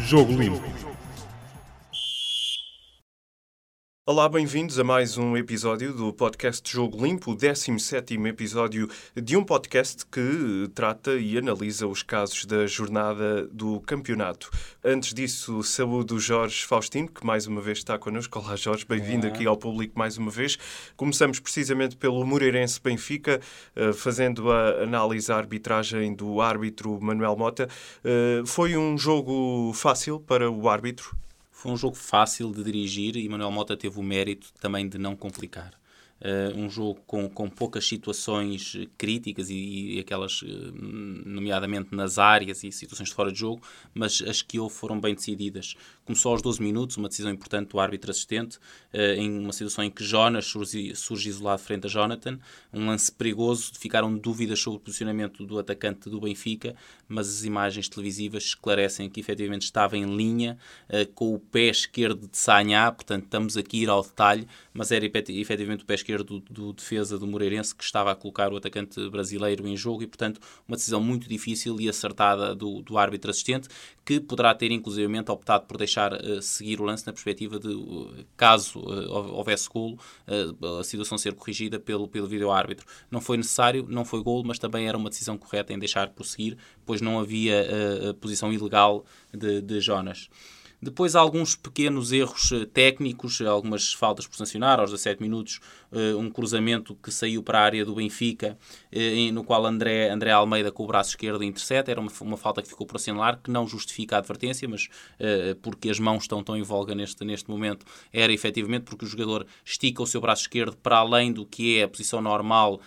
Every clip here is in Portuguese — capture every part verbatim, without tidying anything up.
Jogo Limpo. Olá, bem-vindos a mais um episódio do podcast Jogo Limpo, o décimo sétimo episódio de um podcast que trata e analisa os casos da jornada do campeonato. Antes disso, saúdo o Jorge Faustino, que mais uma vez está connosco. Olá, Jorge, bem-vindo Olá. aqui ao público mais uma vez. Começamos precisamente pelo Moreirense Benfica, fazendo a análise à arbitragem do árbitro Manuel Mota. Foi um jogo fácil para o árbitro? Foi um jogo fácil de dirigir e Manuel Mota teve o mérito também de não complicar. Uh, um jogo com, com poucas situações críticas e, e aquelas, uh, nomeadamente nas áreas e situações de fora de jogo, mas as que houve foram bem decididas. Começou aos doze minutos, uma decisão importante do árbitro assistente, uh, em uma situação em que Jonas surge, surge isolado frente a Jonathan, um lance perigoso, ficaram dúvidas sobre o posicionamento do atacante do Benfica, mas as imagens televisivas esclarecem que efetivamente estava em linha, uh, com o pé esquerdo de Sagna, portanto estamos aqui a ir ao detalhe, mas era efetivamente o pé esquerdo Do, do defesa do Moreirense que estava a colocar o atacante brasileiro em jogo e, portanto, uma decisão muito difícil e acertada do, do árbitro assistente, que poderá ter, inclusivamente, optado por deixar uh, seguir o lance na perspectiva de, uh, caso uh, houvesse golo, uh, a situação ser corrigida pelo, pelo vídeo-árbitro. Não foi necessário, não foi golo, mas também era uma decisão correta em deixar prosseguir, pois não havia uh, posição ilegal de, de Jonas. Depois há alguns pequenos erros técnicos, algumas faltas por sancionar, aos dezassete minutos, um cruzamento que saiu para a área do Benfica, no qual André, André Almeida com o braço esquerdo intercepta, era uma, uma falta que ficou por assinalar, que não justifica a advertência, mas porque as mãos estão tão em voga neste, neste momento, era efetivamente porque o jogador estica o seu braço esquerdo para além do que é a posição normal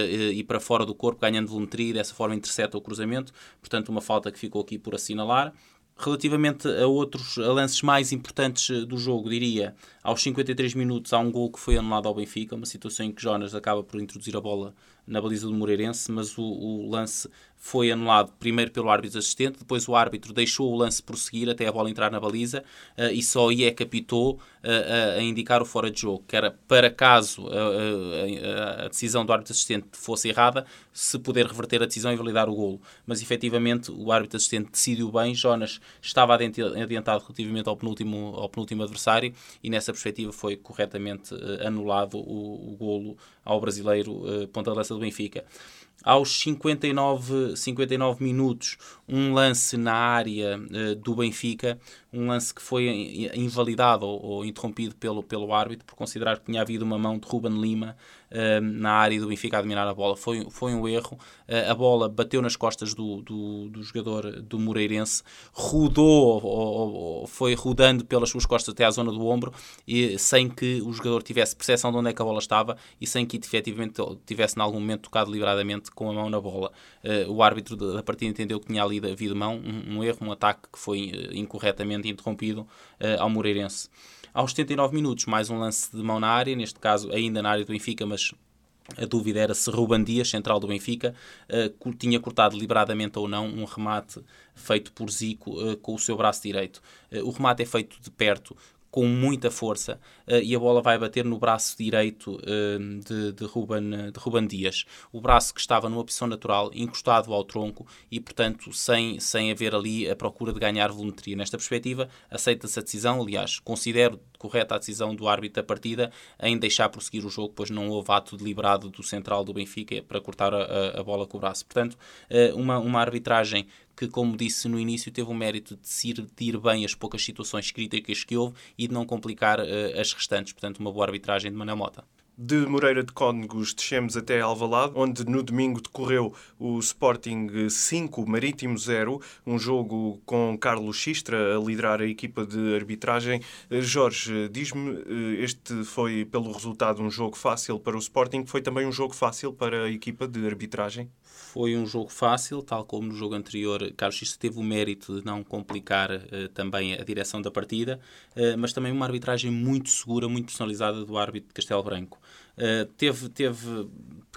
e para fora do corpo, ganhando volumetria e dessa forma intercepta o cruzamento, portanto uma falta que ficou aqui por assinalar. Relativamente a outros a lances mais importantes do jogo, diria, aos cinquenta e três minutos há um gol que foi anulado ao Benfica, uma situação em que Jonas acaba por introduzir a bola na baliza do Moreirense, mas o, o lance foi anulado primeiro pelo árbitro assistente, depois o árbitro deixou o lance prosseguir até a bola entrar na baliza uh, e só aí é que apitou uh, a indicar o fora de jogo, que era para caso uh, uh, a decisão do árbitro assistente fosse errada, se poder reverter a decisão e validar o golo. Mas efetivamente o árbitro assistente decidiu bem, Jonas estava adiantado relativamente ao penúltimo, ao penúltimo adversário e nessa perspectiva foi corretamente uh, anulado o, o golo ao brasileiro uh, ponta de lança do Benfica. Aos cinquenta e nove, cinquenta e nove minutos, um lance na área uh, do Benfica, um lance que foi invalidado ou, ou interrompido pelo, pelo árbitro por considerar que tinha havido uma mão de Ruben Lima uh, na área do Benfica a dominar a bola. Foi, foi um erro. Uh, a bola bateu nas costas do, do, do jogador do Moreirense, rodou, ou, ou, foi rodando pelas suas costas até à zona do ombro, e, sem que o jogador tivesse percepção de onde é que a bola estava e sem que efetivamente tivesse em algum momento tocado deliberadamente com a mão na bola. Uh, o árbitro da partida entendeu que tinha ali havido mão, um, um erro, um ataque que foi uh, incorretamente interrompido uh, ao Moreirense. Aos setenta e nove minutos, mais um lance de mão na área, neste caso ainda na área do Benfica, mas a dúvida era se Ruben Dias, central do Benfica, uh, tinha cortado deliberadamente ou não um remate feito por Zico uh, com o seu braço direito. Uh, o remate é feito de perto, com muita força, uh, e a bola vai bater no braço direito uh, de, de, Ruben, de Ruben Dias. O braço que estava numa posição natural, encostado ao tronco e, portanto, sem, sem haver ali a procura de ganhar volumetria. Nesta perspectiva, aceita-se a decisão. Aliás, considero correta a decisão do árbitro da partida em deixar prosseguir o jogo, pois não houve ato deliberado do central do Benfica para cortar a, a bola com o braço. Portanto, uh, uma, uma arbitragem que, como disse no início, teve o mérito de decidir bem as poucas situações críticas que houve e de não complicar uh, as restantes. Portanto, uma boa arbitragem de Manuel Mota. De Moreira de Cónegos descemos até Alvalade, onde no domingo decorreu o Sporting cinco, Marítimo zero, um jogo com Carlos Xistra a liderar a equipa de arbitragem. Jorge, diz-me, este foi pelo resultado um jogo fácil para o Sporting, foi também um jogo fácil para a equipa de arbitragem? Foi um jogo fácil, tal como no jogo anterior. Carlos Xistra teve o mérito de não complicar uh, também a direção da partida, uh, mas também uma arbitragem muito segura, muito personalizada do árbitro de Castelo Branco. Uh, teve, teve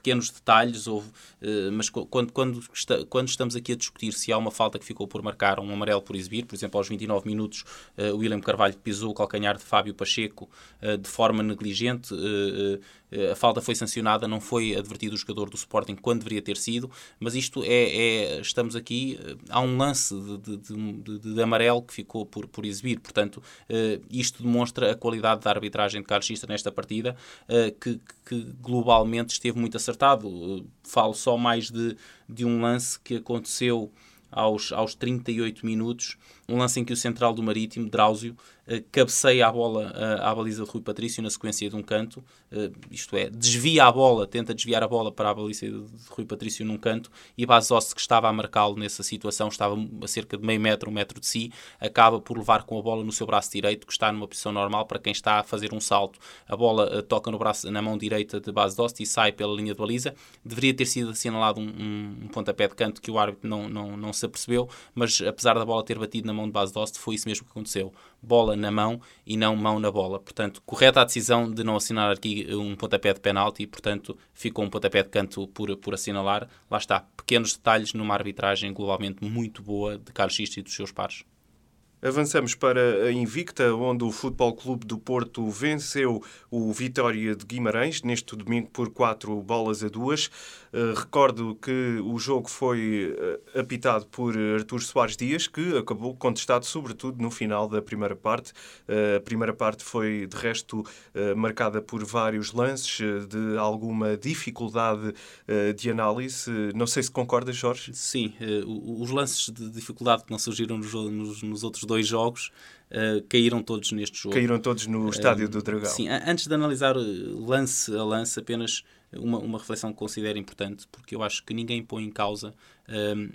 pequenos detalhes, houve, uh, mas quando, quando, está, quando estamos aqui a discutir se há uma falta que ficou por marcar, um amarelo por exibir, por exemplo, aos vinte e nove minutos, uh, o William Carvalho pisou o calcanhar de Fábio Pacheco uh, de forma negligente, uh, uh, a falta foi sancionada, não foi advertido o jogador do Sporting quando deveria ter sido, mas isto é, é estamos aqui, uh, há um lance de, de, de, de, de amarelo que ficou por, por exibir, portanto, uh, isto demonstra a qualidade da arbitragem de Carlos Xistra nesta partida, uh, que, que globalmente esteve muito acertado. Uh, falo só mais de, de um lance que aconteceu aos, aos trinta e oito minutos, um lance em que o central do Marítimo, Drauzio, uh, cabeceia a bola uh, à baliza de Rui Patrício na sequência de um canto, uh, isto é, desvia a bola, tenta desviar a bola para a baliza de, de Rui Patrício num canto, e Bastos, que estava a marcá-lo nessa situação, estava a cerca de meio metro, um metro de si, acaba por levar com a bola no seu braço direito, que está numa posição normal para quem está a fazer um salto. A bola uh, toca no braço, na mão direita de Bastos e sai pela linha de baliza. Deveria ter sido assinalado um, um, um pontapé de canto que o árbitro não, não, não se apercebeu, mas apesar da bola ter batido na mão de Bastos, foi isso mesmo que aconteceu. Bola na mão e não mão na bola. Portanto, correta a decisão de não assinar aqui um pontapé de penalti e, portanto, ficou um pontapé de canto por, por assinalar. Lá está, pequenos detalhes numa arbitragem globalmente muito boa de Carlos Xistra e dos seus pares. Avançamos para a Invicta, onde o Futebol Clube do Porto venceu o Vitória de Guimarães, neste domingo por quatro bolas a duas. Uh, recordo que o jogo foi uh, apitado por Artur Soares Dias, que acabou contestado sobretudo no final da primeira parte. Uh, a primeira parte foi, de resto, uh, marcada por vários lances uh, de alguma dificuldade uh, de análise. Uh, não sei se concordas, Jorge? Sim, uh, os lances de dificuldade que não surgiram nos, nos, nos outros dois dois jogos uh, caíram todos neste jogo. Caíram todos no Estádio uh, do Dragão. Sim, antes de analisar lance a lance, apenas uma, uma reflexão que considero importante, porque eu acho que ninguém põe em causa uh,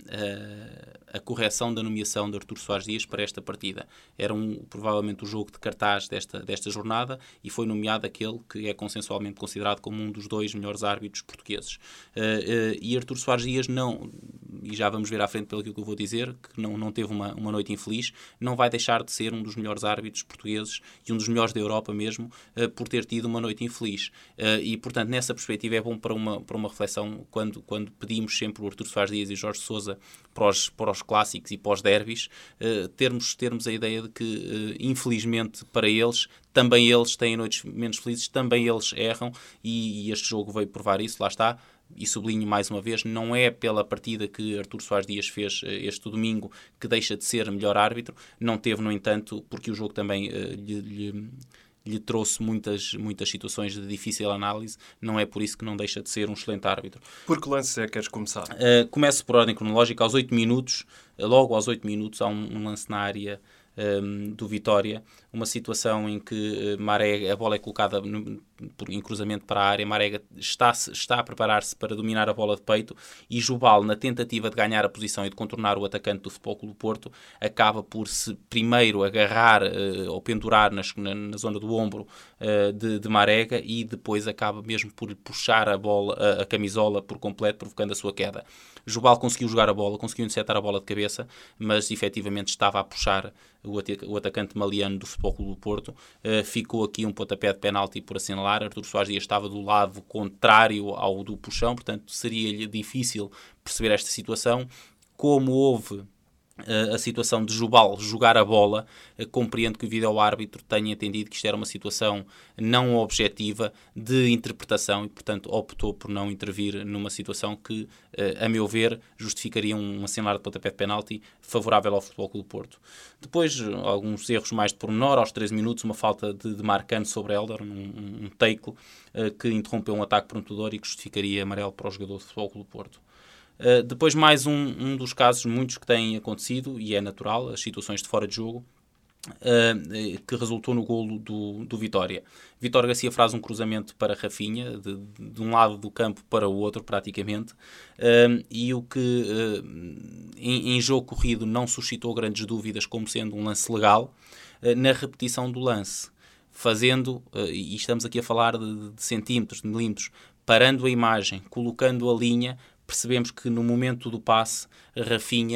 a, a correção da nomeação de Artur Soares Dias para esta partida. Era um, provavelmente o jogo de cartaz desta, desta jornada e foi nomeado aquele que é consensualmente considerado como um dos dois melhores árbitros portugueses. Uh, uh, e Artur Soares Dias não, e já vamos ver à frente pelo que eu vou dizer, que não, não teve uma, uma noite infeliz, não vai deixar de ser um dos melhores árbitros portugueses e um dos melhores da Europa mesmo, uh, por ter tido uma noite infeliz. Uh, e, portanto, nessa perspectiva é bom para uma, para uma reflexão quando, quando pedimos sempre o Artur Soares Dias e Jorge Sousa para os, para os clássicos e para os derbys, uh, termos, termos a ideia de que, uh, infelizmente para eles, também eles têm noites menos felizes, também eles erram, e, e este jogo veio provar isso, lá está. E sublinho mais uma vez, não é pela partida que Artur Soares Dias fez este domingo que deixa de ser melhor árbitro, não teve, no entanto, porque o jogo também uh, lhe, lhe, lhe trouxe muitas, muitas situações de difícil análise, não é por isso que não deixa de ser um excelente árbitro. Por que lance é que queres começar? Uh, começo por ordem cronológica, aos oito minutos, uh, logo aos oito minutos há um, um lance na área um, do Vitória, uma situação em que uh, Marega, a bola é colocada no, em cruzamento para a área, Marega está, está a preparar-se para dominar a bola de peito e Jubal, na tentativa de ganhar a posição e de contornar o atacante do Futebol Clube do Porto, acaba por se primeiro agarrar uh, ou pendurar nas, na, na zona do ombro uh, de, de Marega e depois acaba mesmo por puxar a, bola, a, a camisola por completo, provocando a sua queda. Jubal conseguiu jogar a bola, conseguiu interceptar a bola de cabeça, mas efetivamente estava a puxar o, o atacante maliano do Futebol Clube do Porto. Uh, ficou aqui um pontapé de penalti por assinalar. Artur Soares Dias estava do lado contrário ao do puxão, portanto seria-lhe difícil perceber esta situação. Como houve a situação de Jubal jogar a bola, compreendo que o vídeo-árbitro tenha entendido que isto era uma situação não objetiva de interpretação e, portanto, optou por não intervir numa situação que, a meu ver, justificaria um assinalar de pontapé de penalti favorável ao Futebol Clube do Porto. Depois, alguns erros mais de pormenor, aos treze minutos, uma falta de, de Marcano sobre Hélder, um, um tackle que interrompeu um ataque prontador e que justificaria amarelo para o jogador do Futebol Clube do Porto. Uh, depois mais um, um dos casos, muitos que têm acontecido, e é natural, as situações de fora de jogo, uh, que resultou no golo do, do Vitória. Vitória Garcia faz um cruzamento para Rafinha, de, de um lado do campo para o outro, praticamente, uh, e o que uh, em, em jogo corrido não suscitou grandes dúvidas como sendo um lance legal, uh, na repetição do lance, fazendo, uh, e estamos aqui a falar de, de centímetros, de milímetros, parando a imagem, colocando a linha, percebemos que no momento do passe, Rafinha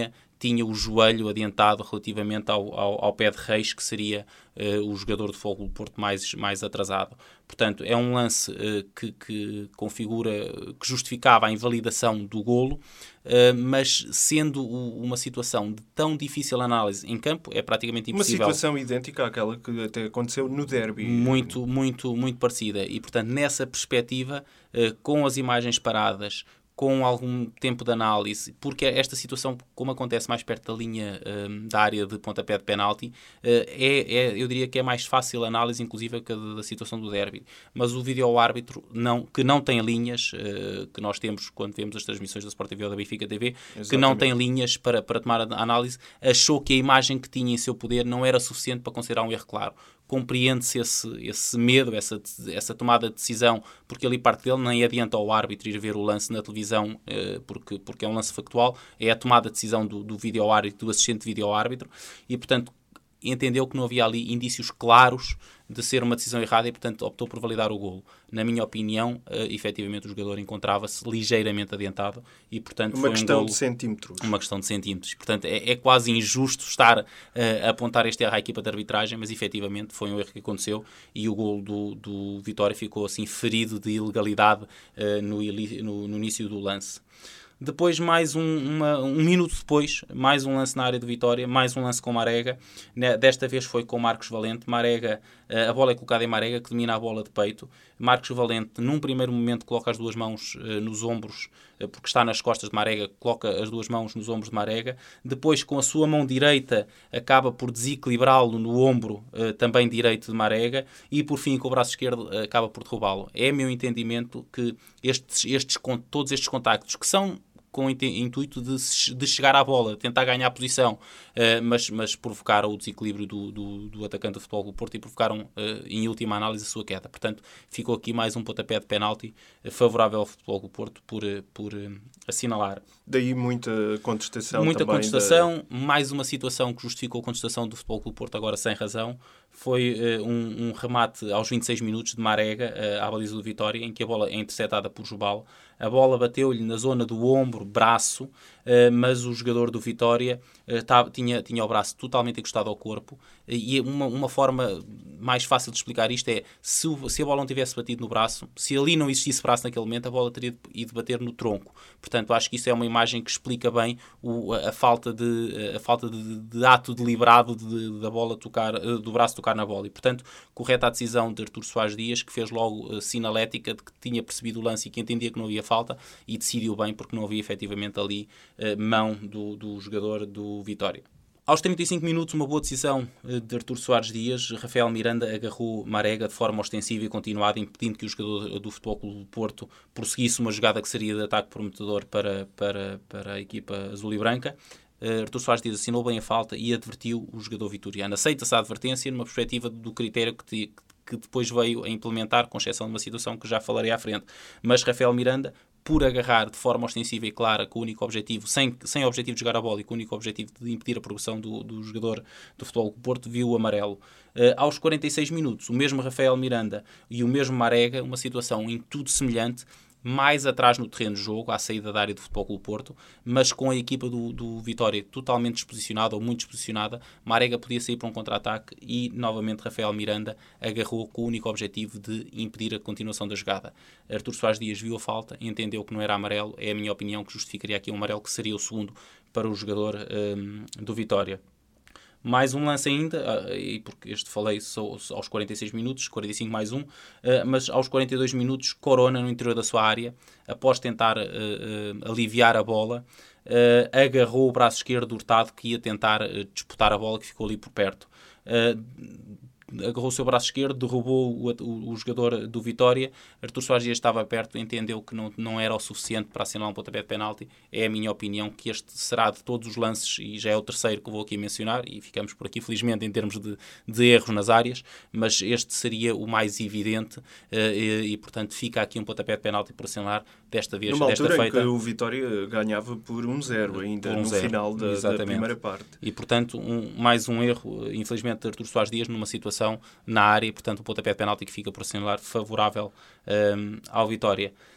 tinha o joelho adiantado relativamente ao, ao, ao pé de Reis, que seria uh, o jogador do Futebol Clube do Porto mais, mais atrasado. Portanto, é um lance uh, que, que configura, que justificava a invalidação do golo, uh, mas sendo o, uma situação de tão difícil análise em campo, é praticamente impossível. Uma situação idêntica àquela que até aconteceu no derby. Muito, muito, muito parecida. E, portanto, nessa perspectiva, uh, com as imagens paradas, com algum tempo de análise, porque esta situação, como acontece mais perto da linha um, da área de pontapé de penalti, uh, é, é, eu diria que é mais fácil a análise, inclusive, que a da situação do derby. Mas o vídeo-árbitro, não, que não tem linhas, uh, que nós temos quando vemos as transmissões da Sport T V ou da Benfica T V, Exatamente. Que não tem linhas para, para tomar a análise, achou que a imagem que tinha em seu poder não era suficiente para considerar um erro claro. Compreende-se esse, esse medo, essa, essa tomada de decisão, porque ali parte dele nem adianta ao árbitro ir ver o lance na televisão, porque, porque é um lance factual, é a tomada de decisão do, do vídeo-árbitro, do assistente de vídeo-árbitro, e, portanto, entendeu que não havia ali indícios claros de ser uma decisão errada e, portanto, optou por validar o golo. Na minha opinião, uh, efetivamente o jogador encontrava-se ligeiramente adiantado e, portanto, uma foi questão um golo, de centímetros. Uma questão de centímetros. Portanto, é, é quase injusto estar uh, a apontar este erro à equipa de arbitragem, mas, efetivamente, foi um erro que aconteceu e o golo do, do Vitória ficou, assim, ferido de ilegalidade uh, no, no, no início do lance. Depois, mais um, uma, um minuto depois, mais um lance na área do Vitória, mais um lance com Marega. Desta vez foi com Marcos Valente. Marega, a bola é colocada em Marega, que domina a bola de peito. Marcos Valente, num primeiro momento, coloca as duas mãos uh, nos ombros, uh, porque está nas costas de Marega, coloca as duas mãos nos ombros de Marega. Depois, com a sua mão direita, acaba por desequilibrá-lo no ombro, uh, também direito de Marega. E, por fim, com o braço esquerdo, uh, acaba por derrubá-lo. É meu entendimento que estes, estes, todos estes contactos, que são com o intuito de, de chegar à bola, tentar ganhar a posição, uh, mas, mas provocaram o desequilíbrio do, do, do atacante do Futebol do Porto e provocaram, uh, em última análise, a sua queda. Portanto, ficou aqui mais um pontapé de penalti uh, favorável ao Futebol do Porto por, uh, por uh, assinalar. Daí muita contestação Muita também. contestação, da... mais uma situação que justificou a contestação do Futebol do Porto, agora sem razão, foi uh, um, um remate aos vinte e seis minutos de Marega, uh, à baliza do Vitória, em que a bola é interceptada por Jubal. A bola bateu-lhe na zona do ombro, braço, uh, mas o jogador do Vitória uh, tá, tinha, tinha o braço totalmente encostado ao corpo. Uh, e uma, uma forma mais fácil de explicar isto é, se, o, se a bola não tivesse batido no braço, se ali não existisse braço naquele momento, a bola teria ido bater no tronco. Portanto, acho que isso é uma imagem que explica bem o, a, a falta, de, a falta de, de ato deliberado de, da bola tocar, do braço tocar na bola. E, portanto, correta a decisão de Artur Soares Dias, que fez logo uh, sinalética de que tinha percebido o lance e que entendia que não havia falta, e decidiu bem porque não havia efetivamente ali uh, mão do, do jogador do Vitória. Aos trinta e cinco minutos, uma boa decisão uh, de Artur Soares Dias. Rafael Miranda agarrou Marega de forma ostensiva e continuada, impedindo que o jogador do Futebol Clube do Porto prosseguisse uma jogada que seria de ataque prometedor para, para, para a equipa azul e branca. Uh, Artur Soares Dias assinou bem a falta e advertiu o jogador vitoriano. Aceita-se a advertência numa perspectiva do critério que, te, que depois veio a implementar, com exceção de uma situação que já falarei à frente. Mas Rafael Miranda, por agarrar de forma ostensiva e clara, com o único objetivo, sem, sem objetivo de jogar a bola e com o único objetivo de impedir a progressão do, do jogador do Futebol do Porto, viu o amarelo. Uh, aos quarenta e seis minutos, o mesmo Rafael Miranda e o mesmo Marega, uma situação em tudo semelhante, mais atrás no terreno de jogo, à saída da área do Futebol Clube Porto, mas com a equipa do, do Vitória totalmente desposicionada ou muito desposicionada, Marega podia sair para um contra-ataque e, novamente, Rafael Miranda agarrou com o único objetivo de impedir a continuação da jogada. Artur Soares Dias viu a falta e entendeu que não era amarelo. É a minha opinião que justificaria aqui um amarelo que seria o segundo para o jogador um, do Vitória. Mais um lance ainda, e porque este falei só aos quarenta e seis minutos, quarenta e cinco mais um, mas aos quarenta e dois minutos, Corona, no interior da sua área, após tentar uh, uh, aliviar a bola, uh, agarrou o braço esquerdo do Hurtado, que ia tentar uh, disputar a bola, que ficou ali por perto. Uh, agarrou o seu braço esquerdo, derrubou o, o, o jogador do Vitória. Artur Soares Dias estava perto, entendeu que não, não era o suficiente para assinalar um pontapé de penalti. É a minha opinião que este será de todos os lances, e já é o terceiro que eu vou aqui mencionar, e ficamos por aqui felizmente em termos de, de erros nas áreas, mas este seria o mais evidente, uh, e, e portanto fica aqui um pontapé de penalti por assinalar, desta vez, numa desta altura feita. Em que o Vitória ganhava por um zero ainda um no zero, final da, da primeira parte. E portanto um, mais um erro, infelizmente, de Artur Soares Dias numa situação na área, e portanto o pontapé de penalti que fica por assinalar favorável um, ao Vitória.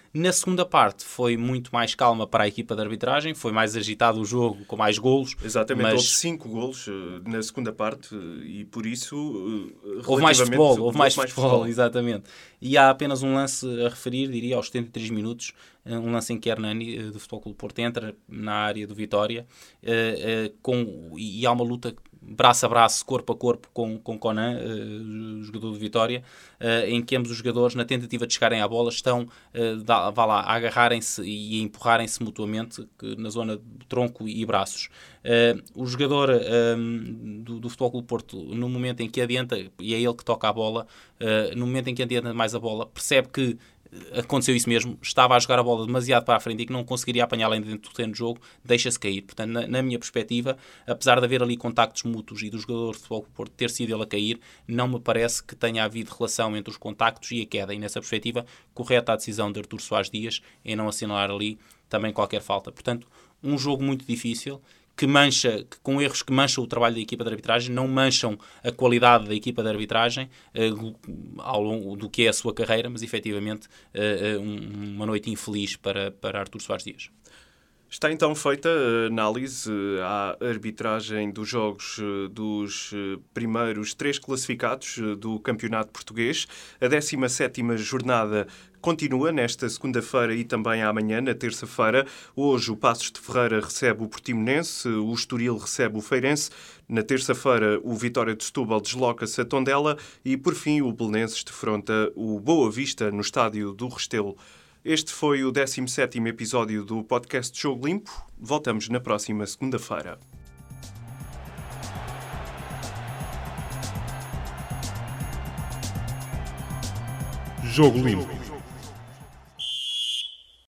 Na segunda parte foi muito mais calma para a equipa de arbitragem, foi mais agitado o jogo, com mais golos. Exatamente, mas... houve cinco golos uh, na segunda parte uh, e por isso uh, houve mais futebol, houve, houve mais, mais futebol, futebol, exatamente. E há apenas um lance a referir, diria, aos setenta e três minutos, um lance em que Hernani, do Futebol Clube do Porto, entra na área do Vitória uh, uh, com, e há uma luta braço a braço, corpo a corpo com, com Conan, uh, jogador do Vitória, uh, em que ambos os jogadores, na tentativa de chegarem à bola, estão uh, da, vá lá, a agarrarem-se e a empurrarem-se mutuamente que, na zona de tronco e braços. Uh, o jogador um, do, do Futebol Clube do Porto, no momento em que adianta, e é ele que toca a bola, uh, no momento em que adianta mais a bola, percebe que aconteceu isso mesmo, estava a jogar a bola demasiado para a frente e que não conseguiria apanhá-la dentro do terreno de jogo, deixa-se cair. Portanto, na, na minha perspectiva, apesar de haver ali contactos mútuos e do jogador de futebol do Porto ter sido ele a cair, não me parece que tenha havido relação entre os contactos e a queda. E nessa perspectiva, correta a decisão de Artur Soares Dias em não assinalar ali também qualquer falta. Portanto, um jogo muito difícil, que mancha, que, com erros que mancham o trabalho da equipa de arbitragem, não mancham a qualidade da equipa de arbitragem uh, ao longo do que é a sua carreira, mas efetivamente uh, um, uma noite infeliz para, para Artur Soares Dias. Está então feita a análise à arbitragem dos jogos dos primeiros três classificados do Campeonato Português. A décima sétima jornada continua nesta segunda-feira e também amanhã, na terça-feira. Hoje o Paços de Ferreira recebe o Portimonense, o Estoril recebe o Feirense. Na terça-feira o Vitória de Setúbal desloca-se a Tondela e, por fim, o Belenenses defronta o Boa Vista no estádio do Restelo. Este foi o décimo sétimo episódio do podcast Jogo Limpo. Voltamos na próxima segunda-feira. Jogo Limpo.